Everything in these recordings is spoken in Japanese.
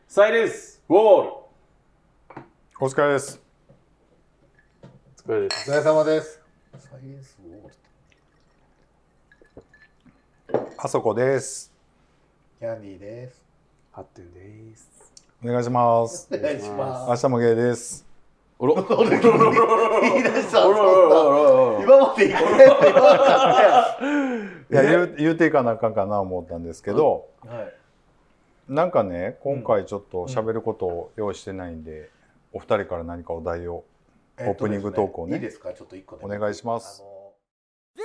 サイレンスウォール。 お疲れです。 お疲れです。 お疲れ様です。サイエンスウォール。 あそこです。 キャンディーです。 ハッテンです。 お願いします。 お願いします。 明日もゲイです。 おろ。言い出したそんな。今まで言って言わなかったやん。言うていかなあかんかな思ったんですけど、 はい。 なんかね、今回ちょっと喋ることを用意してないんで、お二人から何かお題を、オープニングトークをね、 いいですか、ちょっと一個お願いします。 This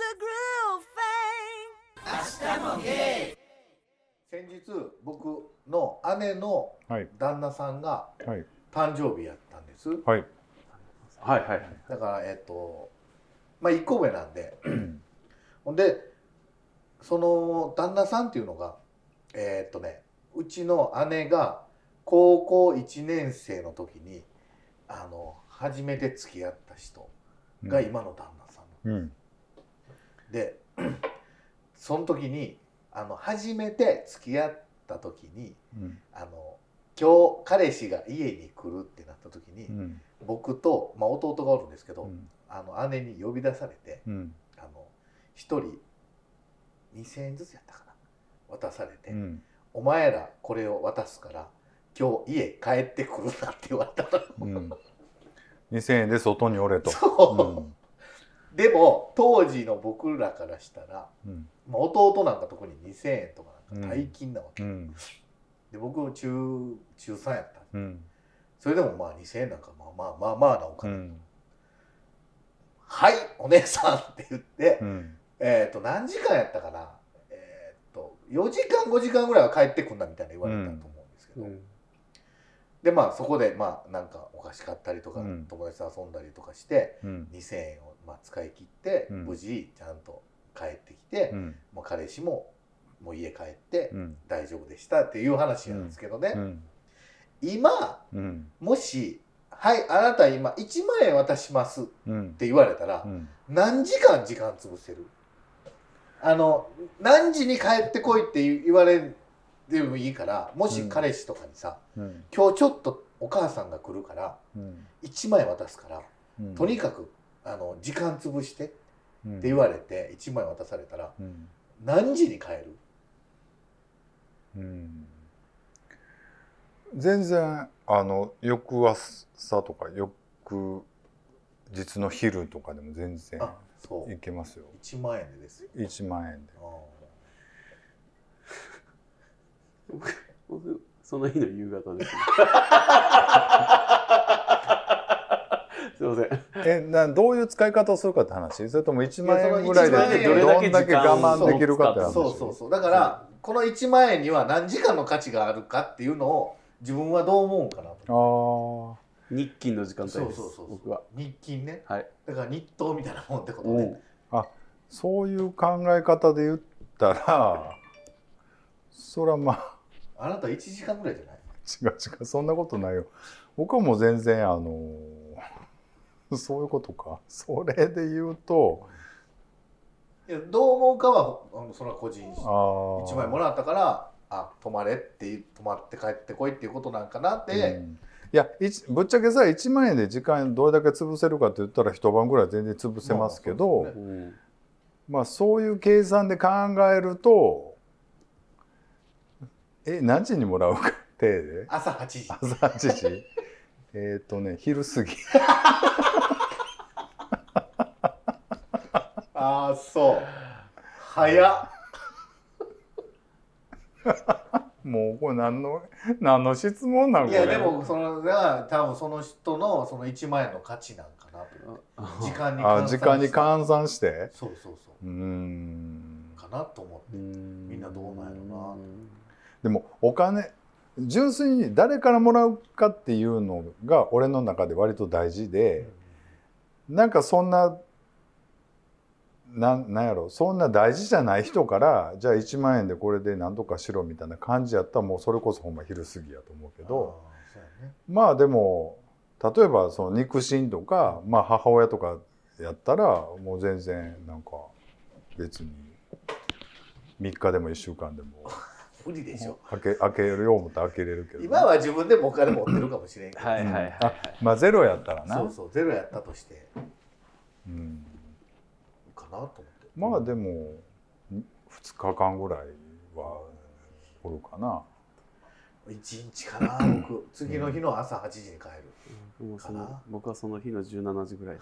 is a groove thing. 明日もゲイ。 先日僕の姉の旦那さんが誕生日やったんです。 はい。 はいはいはい。 だからまあ1個上なんで、ほんでその旦那さんっていうのがうちの姉が高校1年生の時に初めて付き合った人が今の旦那さん、でその時に初めて付き合った時に、今日彼氏が家に来るってなった時に、僕と、まあ、弟がおるんですけど、姉に呼び出されて、1人2,000円ずつやったかな渡されて、お前らこれを渡すから今日家帰ってくるなって言われたの、 2000円で外におれと。 そう、でも当時の僕らからしたら、まあ、弟なんか特に2,000円とかなんか大金なわけ、で僕中3やった、それでもまあ2,000円なんかまあなお金、はいお姉さんって言って、何時間やったかな、4時間5時間ぐらいは帰ってくんなみたいな言われたと思うんですけど、でまあそこでまあなんかお菓子買ったりとか、友達と遊んだりとかして、2,000円をまあ使い切って、無事ちゃんと帰ってきて、もう彼氏ももう家帰って、大丈夫でしたっていう話なんですけどね、今、もし「はいあなた今1万円渡します」って言われたら、何時間時間潰せる？何時に帰ってこいって言われてもいいから、もし彼氏とかにさ、今日ちょっとお母さんが来るから、1万円渡すから、とにかく時間潰してって言われて1万円渡されたら、何時に帰る？ 全然翌朝とか翌日の昼とかでも全然いけますよ。 1万円でですよ。 1万円で。 僕その日の夕方ですね。すいません。 どういう使い方をするかって話？それとも1万円ぐらいでどれだけ我慢できるかって話？ そうだからこの1万円には何時間の価値があるかっていうのを自分はどう思うかなと。 日勤の時間帯です。僕は日勤ね、 はい、 だから日当みたいなもんってことね。 そういう考え方で言ったらそれはまああなた1時間ぐらいじゃない？ 違うそんなことないよ。僕はもう全然そういうことか。それで言うと、 いやどう思うかはそれは個人1万円もらったから泊まれって泊まって帰ってこいっていうことなんかなって、 いやぶっちゃけさ1万円で時間どれだけ潰せるかって言ったら一晩ぐらい全然潰せますけど、まあそういう計算で考えると何時にもらうかって朝8時。 朝8時昼過ぎ。 そう早っ。 もうこれ何の質問なん？ いやでもそれが多分その人のその1万円の価値なんかなと。時間に換算して。そうかなと思って、みんなどうなんやろな。 でもお金純粋に誰からもらうかっていうのが俺の中で割と大事で、なんかそんななんやろ、そんな大事じゃない人からじゃあ1万円でこれで何とかしろみたいな感じやったらもうそれこそほんま昼過ぎやと思うけど、まあでも例えばその肉親とか、まあ、母親とかやったらもう全然なんか別に3日でも1週間でも無理でしょ。 開けるよう思って開けれるけど、ね、 今は自分でもお金持ってるかもしれんけど、 はいはいはい、 まあゼロやったらな。 そうそう、ゼロやったとして、かなと思って。 まあでも2日間ぐらいはおるかな。 1日かな僕。次の日の朝8時に帰るかな。 僕はその日の17時ぐらい。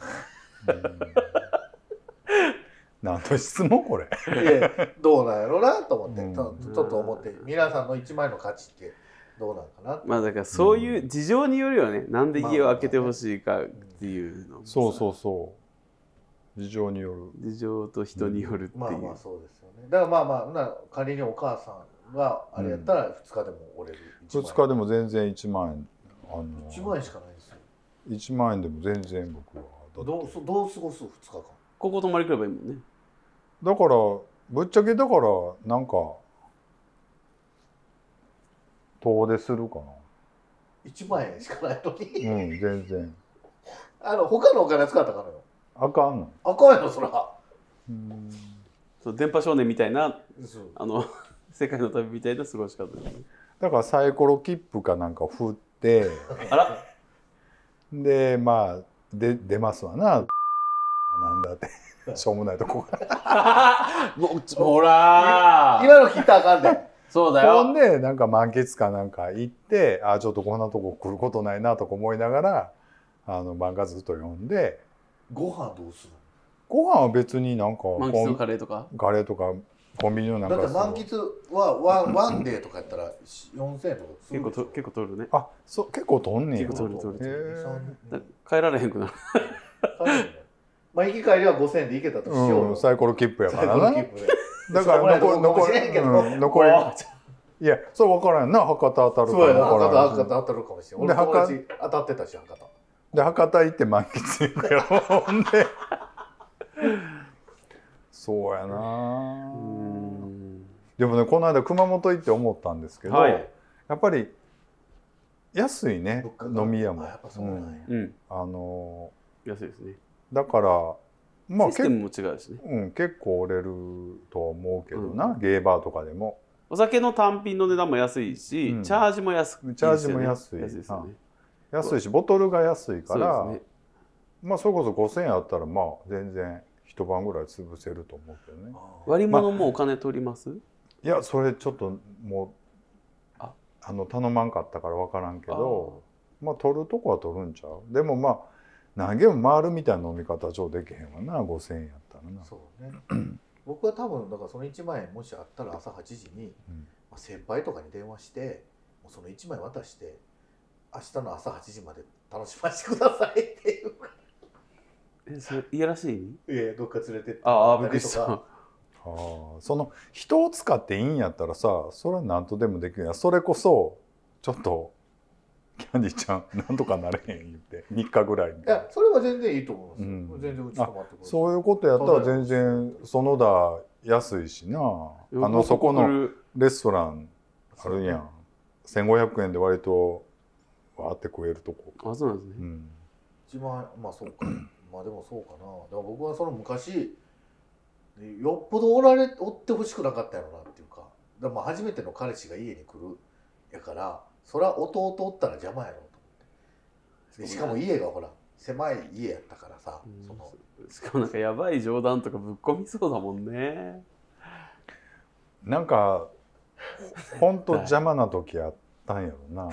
何の質問これ。 どうなんやろうなと思って、ちょっと思って、皆さんの1万円の価値ってどうなんかな。 まあだからそういう事情によるよね。なんで家を開けてほしいかっていうの。 そうそうそう。事情による。 事情と人によるっていう。 まあまあそうですよね。だからまあまあ仮にお母さんがあれやったら2日でも折れる。 2日でも全然1万円。 1万円しかないですよ。 1万円でも全然僕は。 どう過ごす2日間。 ここ泊まりくればいいもんね。 だからぶっちゃけだからなんか遠出するかな。 1万円しかないのに。 全然。 他のお金使ったからよ。 あかんの。 あかんやろそら。 そう電波少年みたいな世界の旅みたいな過ごし方ですね。 だからサイコロ切符かなんか振ってあらでまあ出ますわな。なんだってしょうもないとこほら今の聞いたらあかんで。 そうだよ。 ほんでなんか満喫かなんか行ってちょっとこんなとこ来ることないなとか思いながら漫画ずっと読んで。 ご飯どうするの？ ご飯は別になんか満喫のカレーとかコンビニのなんかだって満喫はワンデーとかやったら4000円とかする。 結構取るね。 そう結構取んねん。 結構取る。帰られへんくなる。 まあ行き帰りは5000円で行けたとしよう。 サイコロ切符やからな。 サイコロ切符で。 だから残りいやそう分からんな。博多当たるかそうやな。博多当たるかもしれない。俺友達当たってたし博多。 で博多行って満喫行くやろ。ほんでそうやな。でもねこの間熊本行って思ったんですけど、やっぱり安いね飲み屋も。 安いですね。 だからまあシステムも違うしね。 結構売れると思うけどな、ゲーバーとかでも。 お酒の単品の値段も安いし、チャージも安いですよね。 チャージも安いですよね。安いしボトルが安いから、まあそれこそ5000円あったらまあ全然一晩ぐらい潰せると思うけどね。 割り物もお金取ります？ いやそれちょっともう頼まんかったから分からんけど、まあ取るとこは取るんちゃう。でもまあ何軒も回るみたいな飲み方はちょっとできへんわな。5000円やったらな。 そうね。僕は多分だからその1万円もしあったら朝8時に先輩とかに電話してもうその1万円渡して明日の朝8時まで楽しませてくださいっていう。 それいやらしい？ いやどっか連れてって。 びっくりした。 その人を使っていいんやったらさ、それは何とでもできるやん。それこそちょっとキャンディちゃんなんとかなれへん言って3日ぐらいみたいな。 いやそれは全然いいと思うんですよ。全然うち泊まってくる。 そういうことやったら全然園田安いしな。そこのレストランあるやん。1500円で割とわーって食えるとこ。 そうなんですね。 一番まあそうか。まあでもそうかな。だから僕はその昔よっぽどおってほしくなかったやろなっていうか。だから初めての彼氏が家に来るやから。それは弟おったら邪魔やろうと思って。しかも家がほら狭い家やったからさ、 しかもなんかやばい冗談とかぶっ込みそうだもんね。 なんかほんと邪魔な時あったんやろな。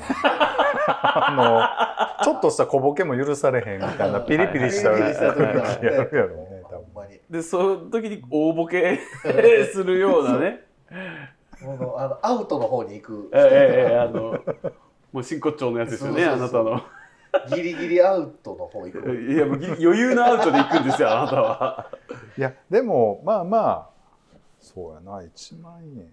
ちょっとした小ボケも許されへんみたいなピリピリした時やるやろね多分。 でその時に大ボケするようなね。 アウトの方に行く。 もう真骨頂のやつですよね、あなたの。 ギリギリアウトの方行く。 いやもう余裕のアウトで行くんですよ、あなたは。 いやでもまあまあそうやな1万円。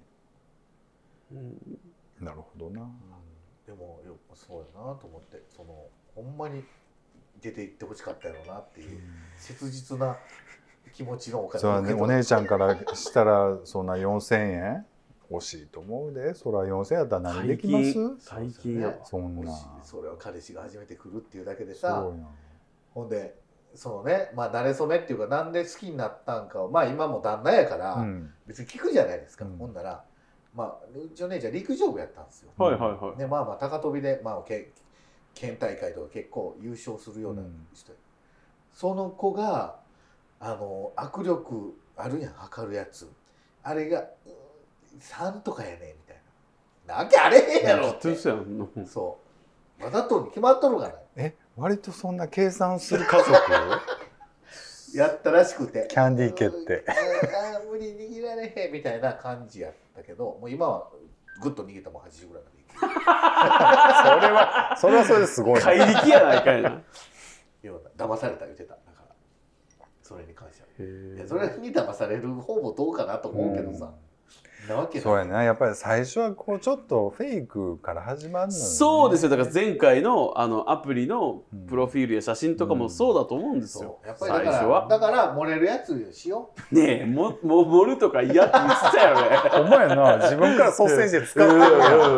なるほどな。 でもそうやなと思ってほんまに出て行ってほしかったやろうなっていう切実な気持ちのお金。 そうね、お姉ちゃんからしたらそんな4000円惜しいと思うで。そら4000円やったら何できます？ 最近やそんな。 それは彼氏が初めて来るっていうだけでさ。ほんでまあ慣れ初めっていうかなんで好きになったんかをまあ今も旦那やから別に聞くじゃないですか。ほんならまあうちの姉ちゃん陸上部やったんですよ。 はいはいはい。 でまあまあ高跳びで、まあ、県大会とか結構優勝するような人、その子が握力あるやん測るやつ、あれが3とかやねんみたいな、なわけあれへんやろって。そうわざとに決まっとるがない。 割とそんな計算する家族やったらしくて、 キャンディー蹴って無理握られへんみたいな感じやったけど、もう今はグッと逃げたもん80ぐらいまでいけるそれはそれですごい怪力やないかいな。 ような騙された言ってた。だからそれに関しては、それに騙される方もどうかなと思うけどさ、なわけない。 そうやな、やっぱり最初はこうちょっとフェイクから始まるのよね。 そうですよ。だから前回のアプリのプロフィールや写真とかもそうだと思うんですよ。 やっぱりだから漏れるやつしよう。ねえ、も盛るとか嫌って言ってたよね。 お前な、自分から率先して使ってるや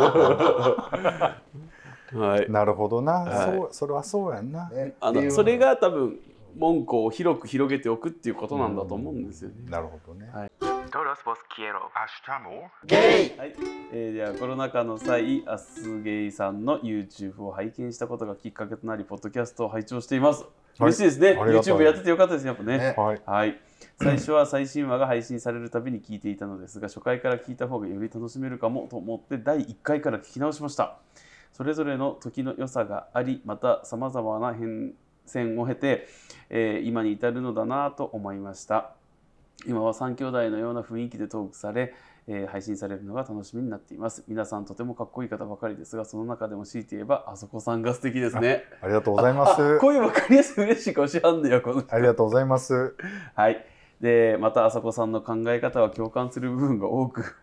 ん。はい。なるほどな。それはそうやんな。 それが多分門戸を広く広げておくっていうことなんだと思うんですよね。 なるほどね。はい。 Todos vos quiero. 明日もゲイ。 はい。ではコロナ禍の際、アスゲイさんの YouTube を拝見したことがきっかけとなり、ポッドキャストを拝聴しています。嬉しいですね。YouTube やっててよかったですね、やっぱね。はい。最初は最新話が配信されるたびに聞いていたのですが、初回から聞いた方がより楽しめるかもと思って第1回から聞き直しました。それぞれの時の良さがあり、また様々な変遷を経て、今に至るのだなと思いました。今は3兄弟のような雰囲気でトークされ、配信されるのが楽しみになっています。皆さんとてもかっこいい方ばかりですが、その中でも強いて言えばあそこさんが素敵ですね。 ありがとうございます。 こういう分かりやすい嬉しい顔しはんねや、この人。 ありがとうございます。 はい。でまたあそこさんの考え方は共感する部分が多く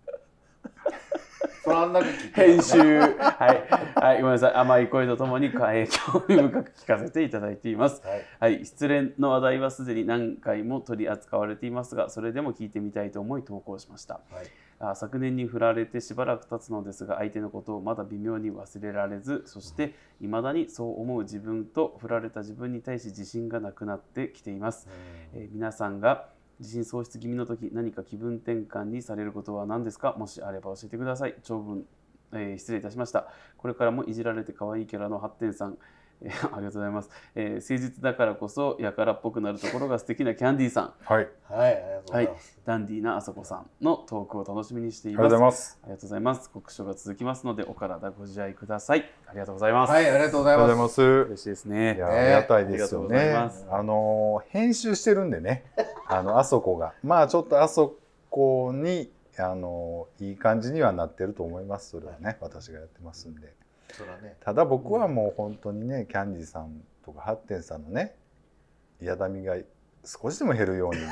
編集はい、ごめんなさい、甘い声とともに興味深く聞かせていただいています。はい、失恋の話題はすでに何回も取り扱われていますが、それでも聞いてみたいと思い投稿しました。昨年に振られてしばらく経つのですが、相手のことをまだ微妙に忘れられず、そして未だにそう思う自分と振られた自分に対し自信がなくなってきています。皆さんが自信喪失気味の時、何か気分転換にされることは何ですか？もしあれば教えてください。長文、失礼いたしました。これからもいじられて可愛いキャラの発展さん、ありがとうございます。誠実だからこそやからっぽくなるところが素敵なキャンディーさん。 はい、ありがとうございます。 ダンディーなあそこさんのトークを楽しみにしています。 ありがとうございます。 ありがとうございます。告書が続きますのでお体ご自愛ください。ありがとうございます。 はい、ありがとうございます。 嬉しいですね。 いや、ありがたいですよね。編集してるんでね、あそこがまあちょっとあそこにいい感じにはなってると思います。それはね、私がやってますんで。ただ僕はもう本当にね、キャンディーさんとかハッテンさんのね、嫌だみが少しでも減るように僕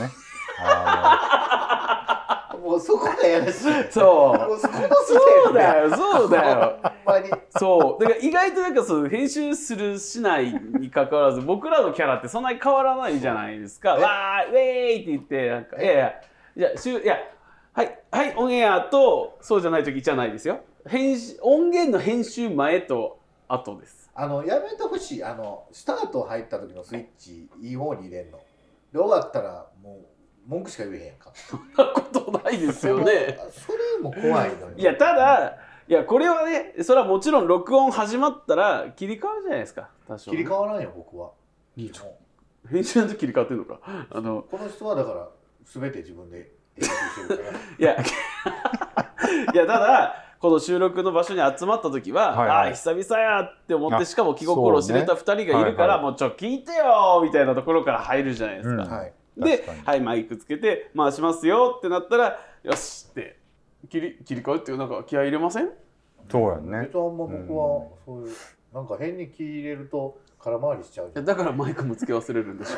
はねもうそこがやらしい。 そうもうそこのそうだよそうだよほんまにそうだから意外となんかそう編集するしないに関わらず僕らのキャラってそんなに変わらないじゃないですか。わーウェーイって言ってなんかいやはいオンエアとそうじゃない時じゃないですよ。音源の編集前と後です。 やめてほしい。スタート入った時のスイッチいい方に入れんので、終わったらもう文句しか言えへんやんか。 そんなことないですよね。 それも怖いのに。 いやただこれはね、それはもちろん録音始まったら切り替わるじゃないですか。多少、ね、 切り替わらんよ僕は。 編集の時切り替わってんのか。 この人はだから全て自分で編集してるから。 いやただこの収録の場所に集まった時は、久々やって思って、しかも気心を知れた2人がいるから、もう聞いてよみたいなところから入るじゃないですか。で、マイクつけて回しますよってなったら、よしって切り替わるっていう、なんか気合い入れません？ そうやね。 別にあんま僕はそういうなんか変に気入れると空回りしちゃうじゃん。 だからマイクもつけ忘れるんでしょ。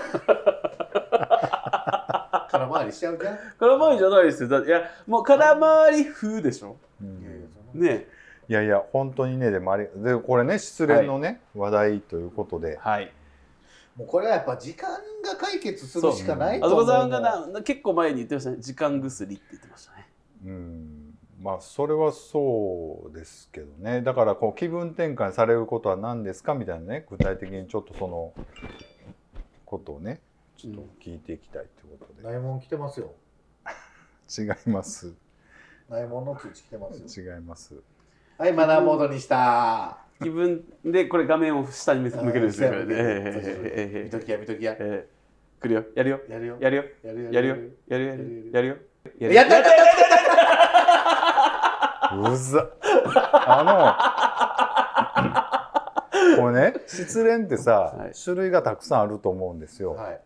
空回りしちゃうじゃん。 空回りじゃないですよ。いやもう空回り風でしょ。ね。 いやいや本当にね、でこれね、失恋のね、話題ということで、 もうこれはやっぱ時間が解決するしかないと思う。 あそこさんが結構前に言ってましたね。時間薬って言ってましたね。 まあそれはそうですけどね。だからこう気分転換されることは何ですかみたいなね、具体的にちょっとそのことをね、ちょっと聞いていきたいということで。 内門来てますよ。 違います。 ないものの通知来てますよ。 違います。 はい、マナーモードにした。 気分でこれ画面を下に向けるんですよ。これ見ときや見ときや。 来るよ、やるよ、 やるよ、 やるよ、 やるよ、 やるよ、やるよ、やるよ。 やったやったやった。 うざこれね、失恋ってさ、種類がたくさんあると思うんですよ。 はい、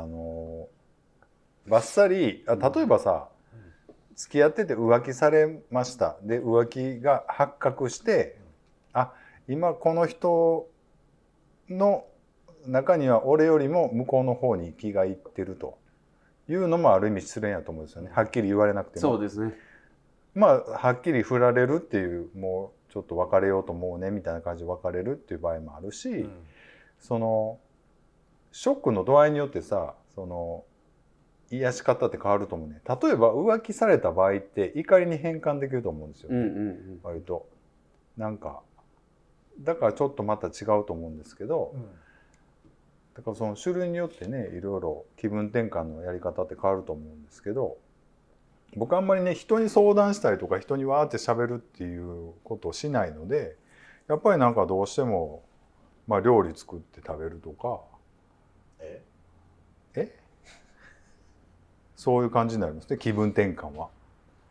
バッサリ例えばさ、付き合ってて浮気されました。で浮気が発覚して、あ、今この人の中には俺よりも向こうの方に気がいってるというのもある意味失恋やと思うんですよね。はっきり言われなくても。 そうですね。 まあはっきり振られるっていう、もうちょっと別れようと思うねみたいな感じで別れるっていう場合もあるし、そのショックの度合いによってさ、その癒し方って変わると思うね。例えば浮気された場合って怒りに変換できると思うんですよ、割と。なんかだからちょっとまた違うと思うんですけど、だからその種類によってね、いろいろ気分転換のやり方って変わると思うんですけど、僕あんまりね、人に相談したりとか人にわーって喋るっていうことをしないので、やっぱりなんかどうしても、まあ、料理作って食べるとかそういう感じになりますね、気分転換は。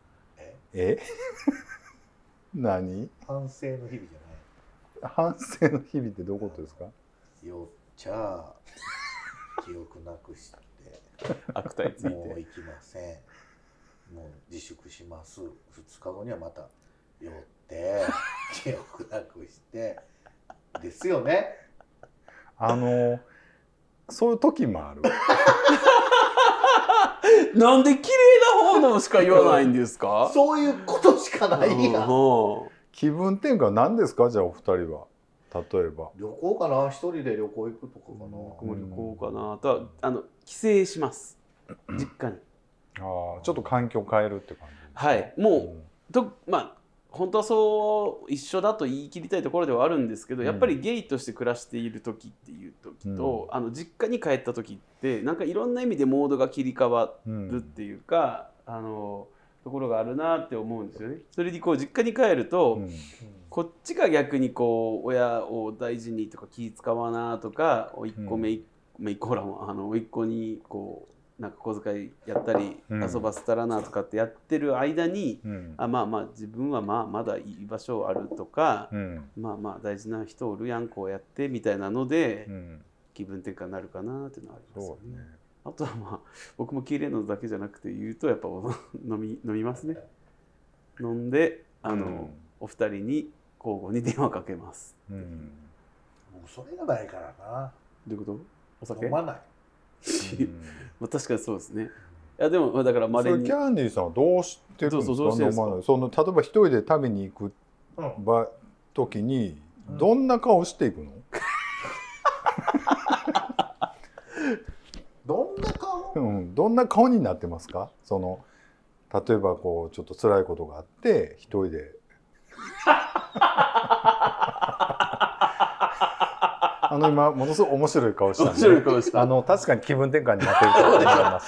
何？ 反省の日々じゃない。 反省の日々ってどういうことですか？ 酔っちゃ記憶なくして悪態ついてもう行きません、もう自粛します。2日後にはまた酔って記憶なくしてですよね。 そういう時もある。 なんで綺麗な方のしか言わないんですか？ そういうことしかないやん。 気分転換何ですか？じゃあお二人は。例えば旅行かな、一人で旅行行くとかかな。 僕も旅行かな。あとは帰省します、実家に。 ちょっと環境変えるって感じですか？ はい、もうまあ本当はそう一緒だと言い切りたいところではあるんですけど、やっぱりゲイとして暮らしている時っていう時と、実家に帰った時ってなんかいろんな意味でモードが切り替わるっていうか、ところがあるなって思うんですよね。それにこう実家に帰ると、こっちが逆にこう親を大事にとか気使わなとか、甥っ子姪っ子らも甥っ子にこうなんか小遣いやったり遊ばせたらなとかってやってる間に、まあ自分はまだ居場所あるとか、まあ大事な人おるやんこうやってみたいなので、気分転換になるかなっていうのはありますよね。あとは僕も綺麗なのだけじゃなくて言うとやっぱ飲みますね。飲んでお二人に交互に電話かけます。 僕それがないからな。 どういうこと？お酒？ 飲まない。 まあ確かにそうですね。いやでもだから稀に。 キャンディーさんはどうしてるんですか？飲まない。例えば一人で食べに行く時にどんな顔していくの？ どんな顔？ どんな顔になってますか？例えばこうちょっと辛いことがあって一人で今ものすごく面白い顔したんで、確かに気分転換になってると思います。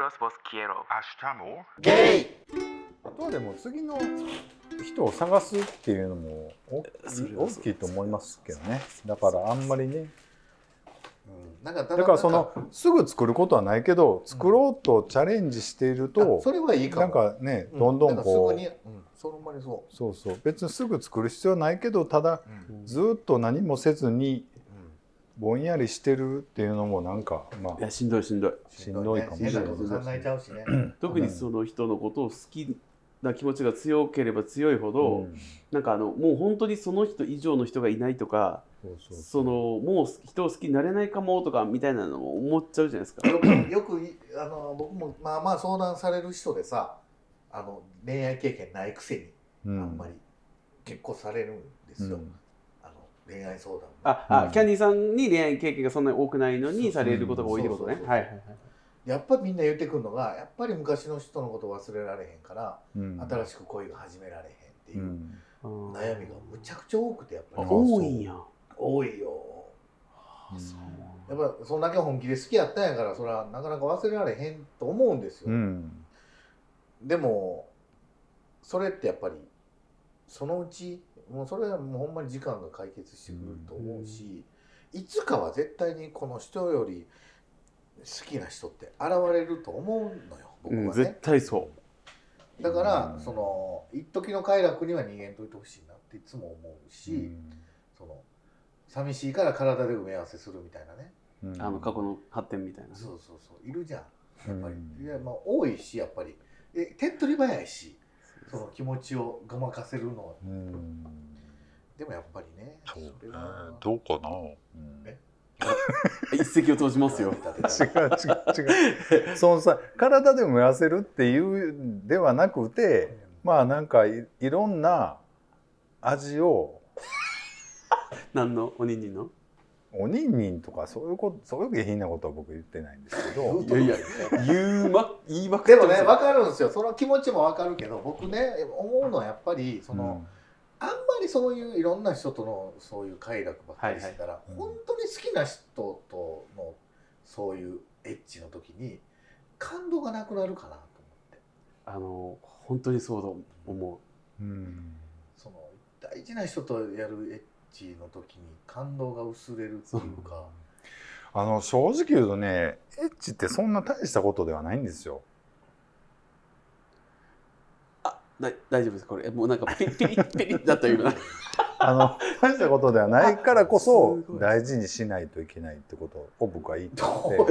ゲイ。 あとはでも次の人を探すっていうのも大きいと思いますけどね。だからあんまりね、だからすぐ作ることはないけど、作ろうとチャレンジしていると、 それはいいかも。なんかね、どんどんこう、そう別にすぐ作る必要はないけど、ただずっと何もせずにぼんやりしてるっていうのもなんかいやしんどいかもしれない。特にその人のことを好きな気持ちが強ければ強いほど、なんかもう本当にその人以上の人がいないとか、もう人を好きになれないかもとかみたいなのも思っちゃうじゃないですか。 よく僕もまあ相談される人でさ、恋愛経験ないくせにあんまり結構されるんですよ。恋愛相談。 キャンディーさんに恋愛経験がそんなに多くないのにされることが多いってことね。 やっぱりみんな言ってくるのが、やっぱり昔の人のことを忘れられへんから、新しく恋が始められへんっていう悩みがむちゃくちゃ多くて、やっぱり多いんや。 多いよ。やっぱそんだけ本気で好きやったんやから、それはなかなか忘れられへんと思うんですよ。でもそれってやっぱりそのうちもうそれはもうほんまに時間が解決してくると思うし、いつかは絶対にこの人より好きな人って現れると思うのよ、僕はね。 絶対そう。 だからその一時の快楽には逃げんといてほしいなっていつも思うし、その寂しいから体で埋め合わせするみたいなね、 過去の発展みたいな、 そうそうそういるじゃんやっぱり。いやまあ多いしやっぱり手っ取り早いし、その気持ちをごまかせるのは。でもやっぱりね、 そうね、どうかな。 一石を投じますよ。 違う。そのさ、体で埋め合わせるっていうではなくて、まあなんかいろんな味を何のおにんにんの？ おにんにんとかそういう下品なことは僕言ってないんですけど。 いや言いまくってでもね分かるんですよ、その気持ちも分かるけど、僕ね思うのはやっぱりその、あんまりそういういろんな人とのそういう快楽ばっかりしてたら、本当に好きな人とのそういうエッチの時に感動がなくなるかなと思って。本当にそうだ思う。 その大事な人とやるエッチの時に感動が薄れるっていうか。 正直言うとね、エッチってそんな大したことではないんですよ。 大丈夫です。これもうなんかピリだというか大したことではないからこそ大事にしないといけないってことを僕は言いたくて。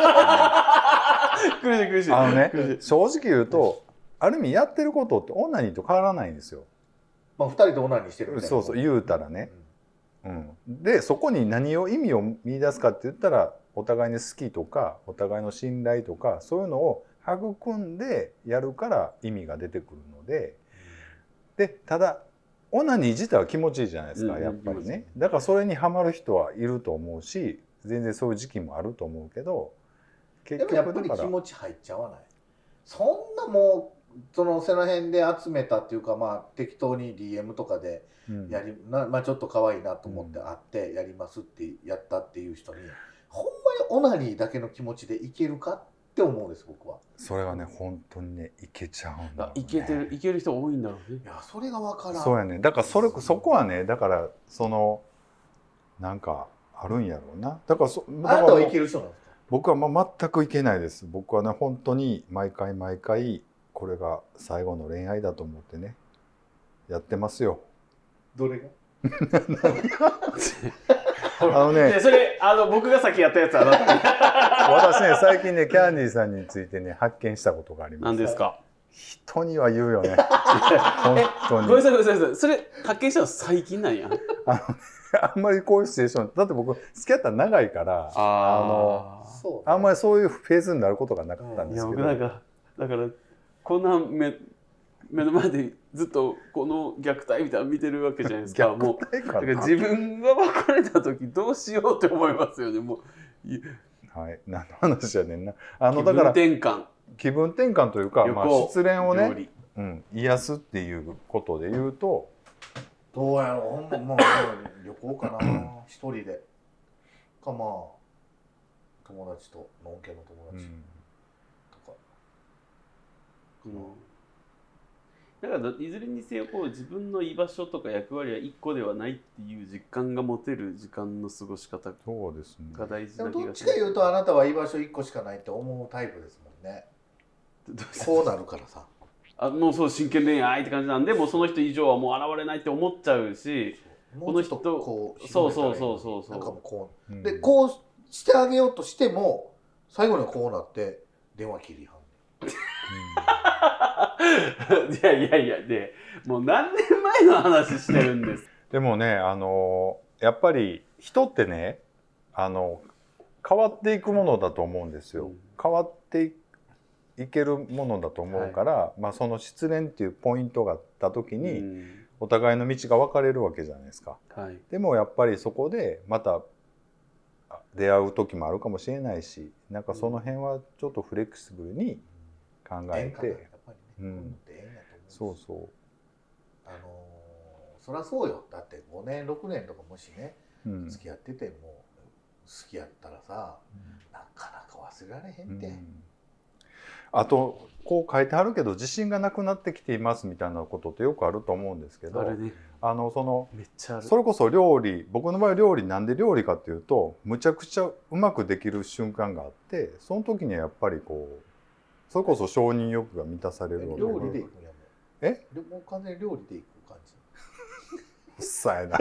苦しい。 正直言うとある意味やってることってオナニーと変わらないんですよ。 まあ2人でオナニーしてるみたいな。 そうそう言うたらね。でそこに何を意味を見出すかって言ったら、お互いに好きとかお互いの信頼とかそういうのを育んでやるから意味が出てくるので、ただオナニー自体は気持ちいいじゃないですか、やっぱりね。だからそれにハマる人はいると思うし、全然そういう時期もあると思うけど、 結局やっぱり気持ち入っちゃわない。そんなもうその辺で集めたっていうか、まあ適当に DM とかでやり、まあちょっと可愛いなと思って会ってやりますってやったっていう人に、ほんまにオナニーだけの気持ちでいけるかって思うんです、僕は。 それはね本当にねいけちゃうんだ、ね。 いける人多いんだろうね。 いやそれが分からん。 そうやね。だからそこはね、だからそのなんかあるんやろうな。だからあなたはいける人なんですか？ 僕は全くいけないです。僕はね本当に毎回これが最後の恋愛だと思ってねやってますよ。 どれが？ それ僕が先やったやつは私ね最近ねキャンディーさんについてね発見したことがあります。 何ですか？ 人には言うよね。本当に。 ごめんなさい。それ発見したの最近なんや。 あんまりこういうシチュエーションだって僕付き合ったら長いからあんまりそういうフェーズになることがなかったんですけど。 いや僕だからこんな目の前でずっとこの虐待みたいなの見てるわけじゃないですか。もうだから自分が別れた時どうしようって思いますよね。もうはい何の話やねんな。 気分転換。 気分転換というか、失恋をね、癒すっていうことで言うと、 どうやろう、もう旅行かな一人でか、まあ友達とのんけの友達とか、 だからいずれにせよこう自分の居場所とか役割は一個ではないっていう実感が持てる時間の過ごし方が大事な気がします。 でもどっちか言うとあなたは居場所一個しかないって思うタイプですもんね。こうなるからさ。 もうそう真剣恋愛って感じなんで、もうその人以上はもう現れないって思っちゃうし、この人こうそうなんかもうこうでこうしてあげようとしても最後にはこうなって電話切りはんいやでもう何年前の話してるんです。 でもねやっぱり人ってね変わっていくものだと思うんですよ。変わっていけるものだと思うから、まあその失恋っていうポイントがあった時にお互いの道が分かれるわけじゃないですか。でもやっぱりそこでまた出会う時もあるかもしれないし、なんかその辺はちょっとフレキシブルに考えて、そうそう。 そりゃそうよ。だって5年6年とかもしね付き合ってても好きやったらさ、なかなか忘れられへんって。 あとこう書いてあるけど自信がなくなってきていますみたいなことってよくあると思うんですけど、 ね、めっちゃある。 それこそ料理、僕の場合料理なんで料理かっていうとむちゃくちゃうまくできる瞬間があって、その時にはやっぱりこうそれこそ承認欲が満たされるわけで。 料理でいくんやもん。でも完全に料理でいく感じ。 うっさいな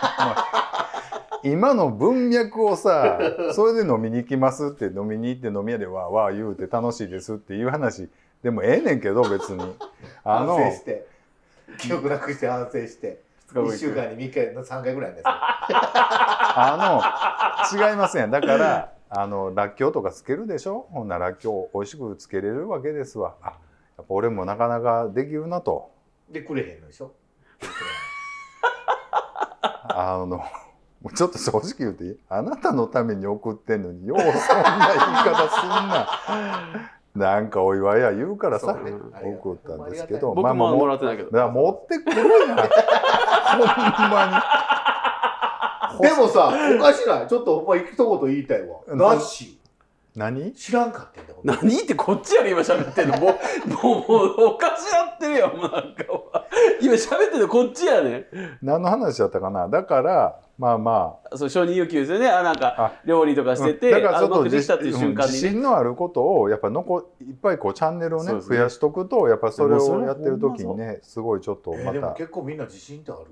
今の文脈をさ、それで飲みに行きますって飲みに行って飲み屋でわーわー言うて楽しいですっていう話でもええねんけど別に反省して記憶なくして反省して1週間に3回3回ぐらいですよ違いますやん。だかららっきょうとかつけるでしょ。ほんなららっきょう美味しくつけれるわけですわ。やっぱ俺もなかなかできるなと。 でくれへんのでしょちょっと正直言うていい？あなたのために送ってんのにようそんな言い方すんななんかお祝いや言うからさ、ね、送ったんですけど、 僕ももらってないけど、 持ってくるやんほんまにでもさ、おかしない。ちょっとほんま一言言いたいわ。なし。 何？ 知らんかってんだ。 何ってこっちやろ今喋ってんの。もうおかしなってるよ。もうなんか今喋ってんのこっちやね。 何の話だったかな。だからそう承認欲求ですよね。なんか料理とかしてて、 だからちょっとできたっていう瞬間に、ね、 自信のあることをやっぱいっぱいこうチャンネルをね増やしとくと、やっぱそれをやってる時にねすごいちょっとまた、 でも結構みんな自信ってある？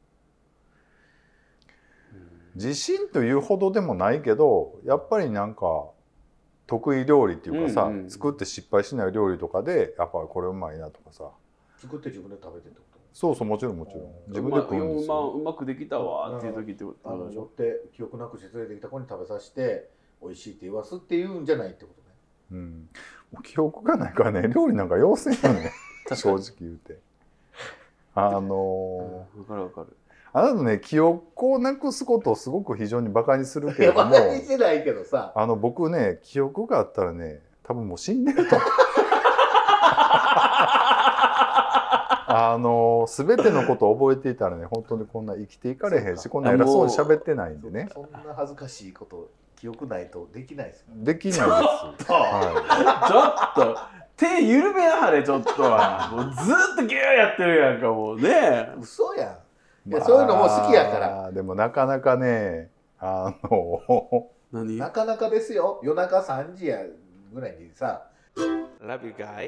自信というほどでもないけど、やっぱりなんか得意料理っていうかさ、作って失敗しない料理とかでやっぱこれうまいなとかさ、 作って自分で食べてってこと？ そうそう、もちろん自分で食うんですよ。 うまくできたわっていう時ってことでしょ。 で記憶なくして連れてきた子に食べさせて美味しいって言わすっていうんじゃないってことね。 記憶がないからね、料理なんか要せんよね正直言うて。 わかるわかる。 あなたね、記憶をなくすことをすごく非常にバカにするけれども、 バカにしてないけどさ、 僕ね、記憶があったらね、多分もう死んでると全てのことを覚えていたらね、本当にこんな生きていかれへんし、こんな偉そうに喋ってないんでね。 そんな恥ずかしいこと記憶ないとできないですよ。 できないです。 ちょっと手緩めやはれちょっとは。もうずっとギューやってるやんかもうね。 嘘やん。そういうのも好きやから。 でもなかなかね、なかなかですよ。夜中3時やぐらいにさ、 Love you guys。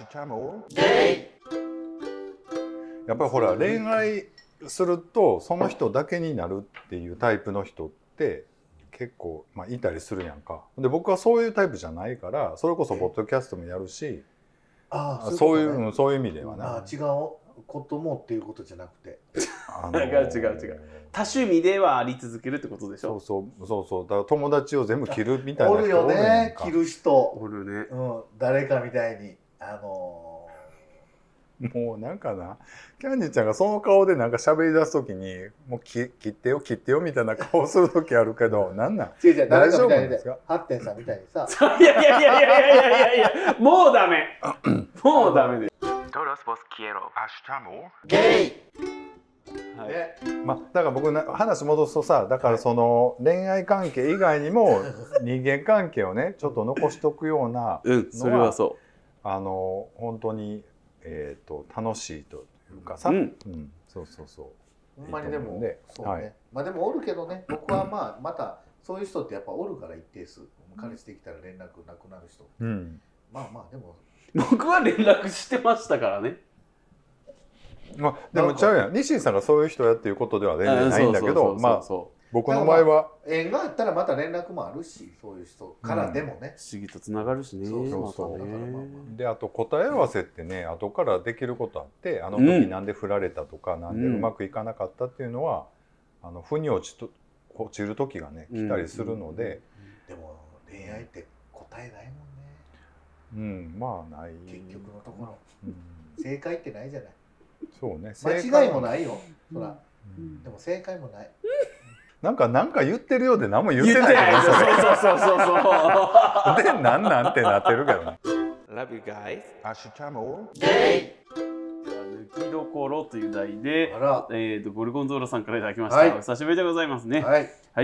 やっぱりほら恋愛するとその人だけになるっていうタイプの人って結構いたりするやんか。で僕はそういうタイプじゃないから、それこそポッドキャストもやるし、そういう意味ではな。 違うこともっていうことじゃなくて、 違う多趣味ではあり続けるってことでしょ。 そうだから友達を全部切るみたいな人おるよね。切る人おるね。 誰かみたいにもうなんかな、キャンディちゃんがその顔でなんか喋り出すときにもう切ってよみたいな顔するときあるけど、なんなん大丈夫なんですか？ハッテンさんみたいにさいやもうダメもうダメで。Todos vos quiero。 ゲイ。 だから僕話戻すとさ、だからその恋愛関係以外にも人間関係をねちょっと残しとくようなそれはそう。 本当に楽しいというかさ、そうほんまにでもそうね。でもおるけどね、僕はまたそういう人ってやっぱおるから一定数。彼氏できたら連絡なくなる人。でも僕は連絡してましたからね。 でもちゃうやん、西井さんがそういう人やっていうことでは全然ないんだけど、僕の場合は縁があったらまた連絡もあるし、そういう人からでもね、 不思議とつながるしね。 であと答え合わせってね、後からできることあって、あの時なんで振られたとか、なんでうまくいかなかったっていうのは腑に落ちる時がね来たりするので。 でも恋愛って答えないもんね。 ない結局のところ、正解ってないじゃない。 そうね、 間違いもないよ、そら。でも正解もない。 なんか言ってるようで何も言ってないけど、 そうでなんってなってるけどね。 Love you guys。 ゲイ。 抜きどころという題で、ゴルゴンゾーラさんからいただきました。 はい、 お久しぶりでございますね。 はい、 はい。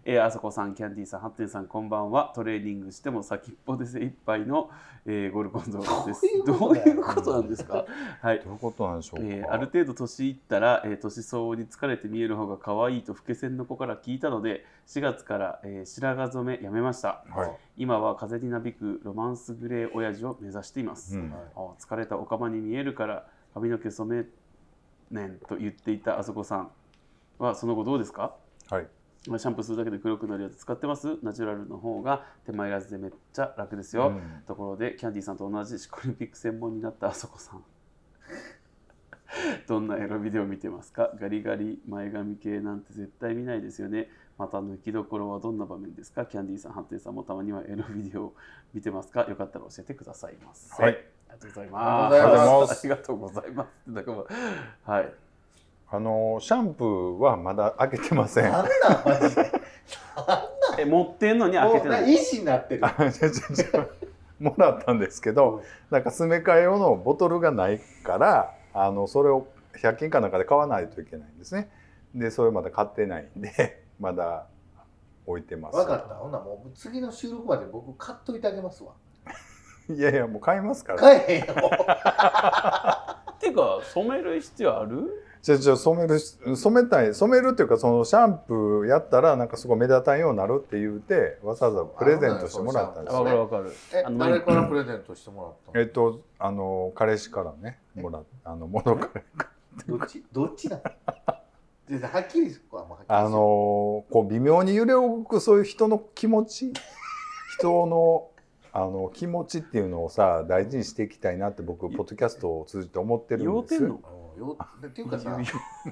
あそこさん、キャンディーさん、ハッテンさん、こんばんは。トレーニングしても先っぽで精一杯の、ゴルゴンゾーラです。どういうことなんですか？はい。 どういうことなんでしょうか。 ある程度年いったら、年相応に疲れて見える方が可愛いと老け線の子から聞いたので、4月から、白髪染めやめました。 はい、 今は風になびくロマンスグレー親父を目指しています。疲れたおかまに見えるから髪の毛染めねんと言っていたあそこさんはその後どうですか？ はい。 シャンプーするだけで黒くなるやつ使ってます？ナチュラルの方が手間いらずでめっちゃ楽ですよ。ところでキャンディーさんと同じシコリンピック専門になったあそこさんどんなエロビデオ見てますか？ガリガリ前髪系なんて絶対見ないですよね。また抜きどころはどんな場面ですか？キャンディーさん、ハッテンさんもたまにはエロビデオを見てますか？よかったら教えてくださいませ。 はい、 ありがとうございます。ありがとうございます。だからはい。 シャンプーはまだ開けてません。 なんなんマジで。 持ってんのに開けてない。 維持になってる。 もらったんですけど、なんか詰め替え用のボトルがないから、それを100均かなんかで買わないといけないんですね。で、それまだ買ってないんで、まだ置いてます。 分かった。ほんならもう次の収録まで僕買っといてあげますわ。 いやいや、もう買いますから。 買えへんよ。 っていうか染める必要ある？ 染めるっていうか、そのシャンプーやったらなんかすごい目立たんようになるって言うて、わざわざプレゼントしてもらったんですよ。 わかる。 誰からプレゼントしてもらったの？彼氏からね、もらった元彼どっちなの？はっきりこう微妙に揺れ動くそういう人の気持ち、人の気持ちっていうのをさ大事にしていきたいなって僕ポッドキャストを通じて思ってるんですよ。 っていうかさ、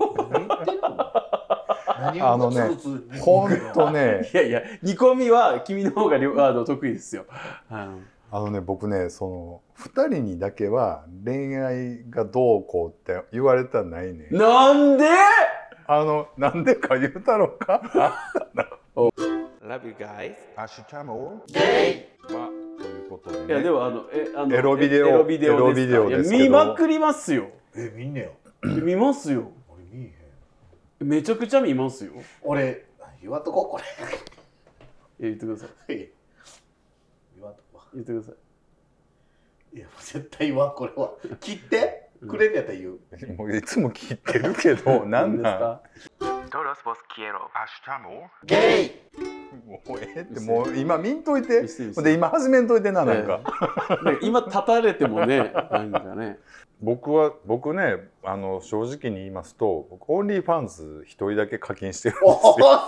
本当ね。 いやいや、煮込みは君の方が得意ですよ。 僕ね、その2人にだけは恋愛がどうこうって言われたらないね。 なんで？ なんでか言うたろうか。 Love you guys。 アシュチャモゲイ。ということでね。 いやでもエロビデオですけど。 見まくりますよ。 見んねよ。 見ますよ。 俺見えへん。めちゃくちゃ見ますよ。 俺言わんとここれ。 言ってください。 言わんとこ。 言ってください。いや絶対言わんこれは。切ってくれんやったら言う。 もういつも切ってるけどなんなん。 Todos vos quiero。 ゲイ。 もうってもう今見んといて。で今始めんといてななんか。 今立たれてもねなんかね。 僕ね正直に言いますと僕オンリーファンズ一人だけ課金してるんですよ。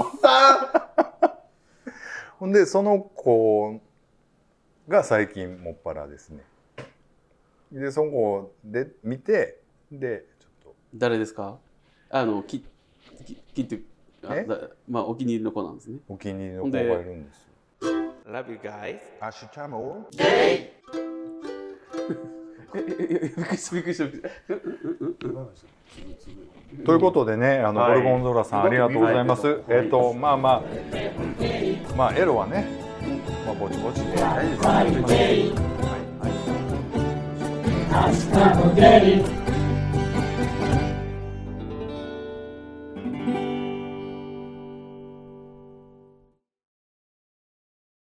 ほんでその子が最近もっぱらですね。でその子で見てでちょっと誰ですか？切ってまあお気に入りの子なんですね。 お気に入りの子がいるんですよ。 Love you guys。 アシュチャモゲイ。 びっくりした。 ということでね、ゴルゴンゾーラさんありがとうございます。まあエロはね、ぼちぼちで。 明日もゲイ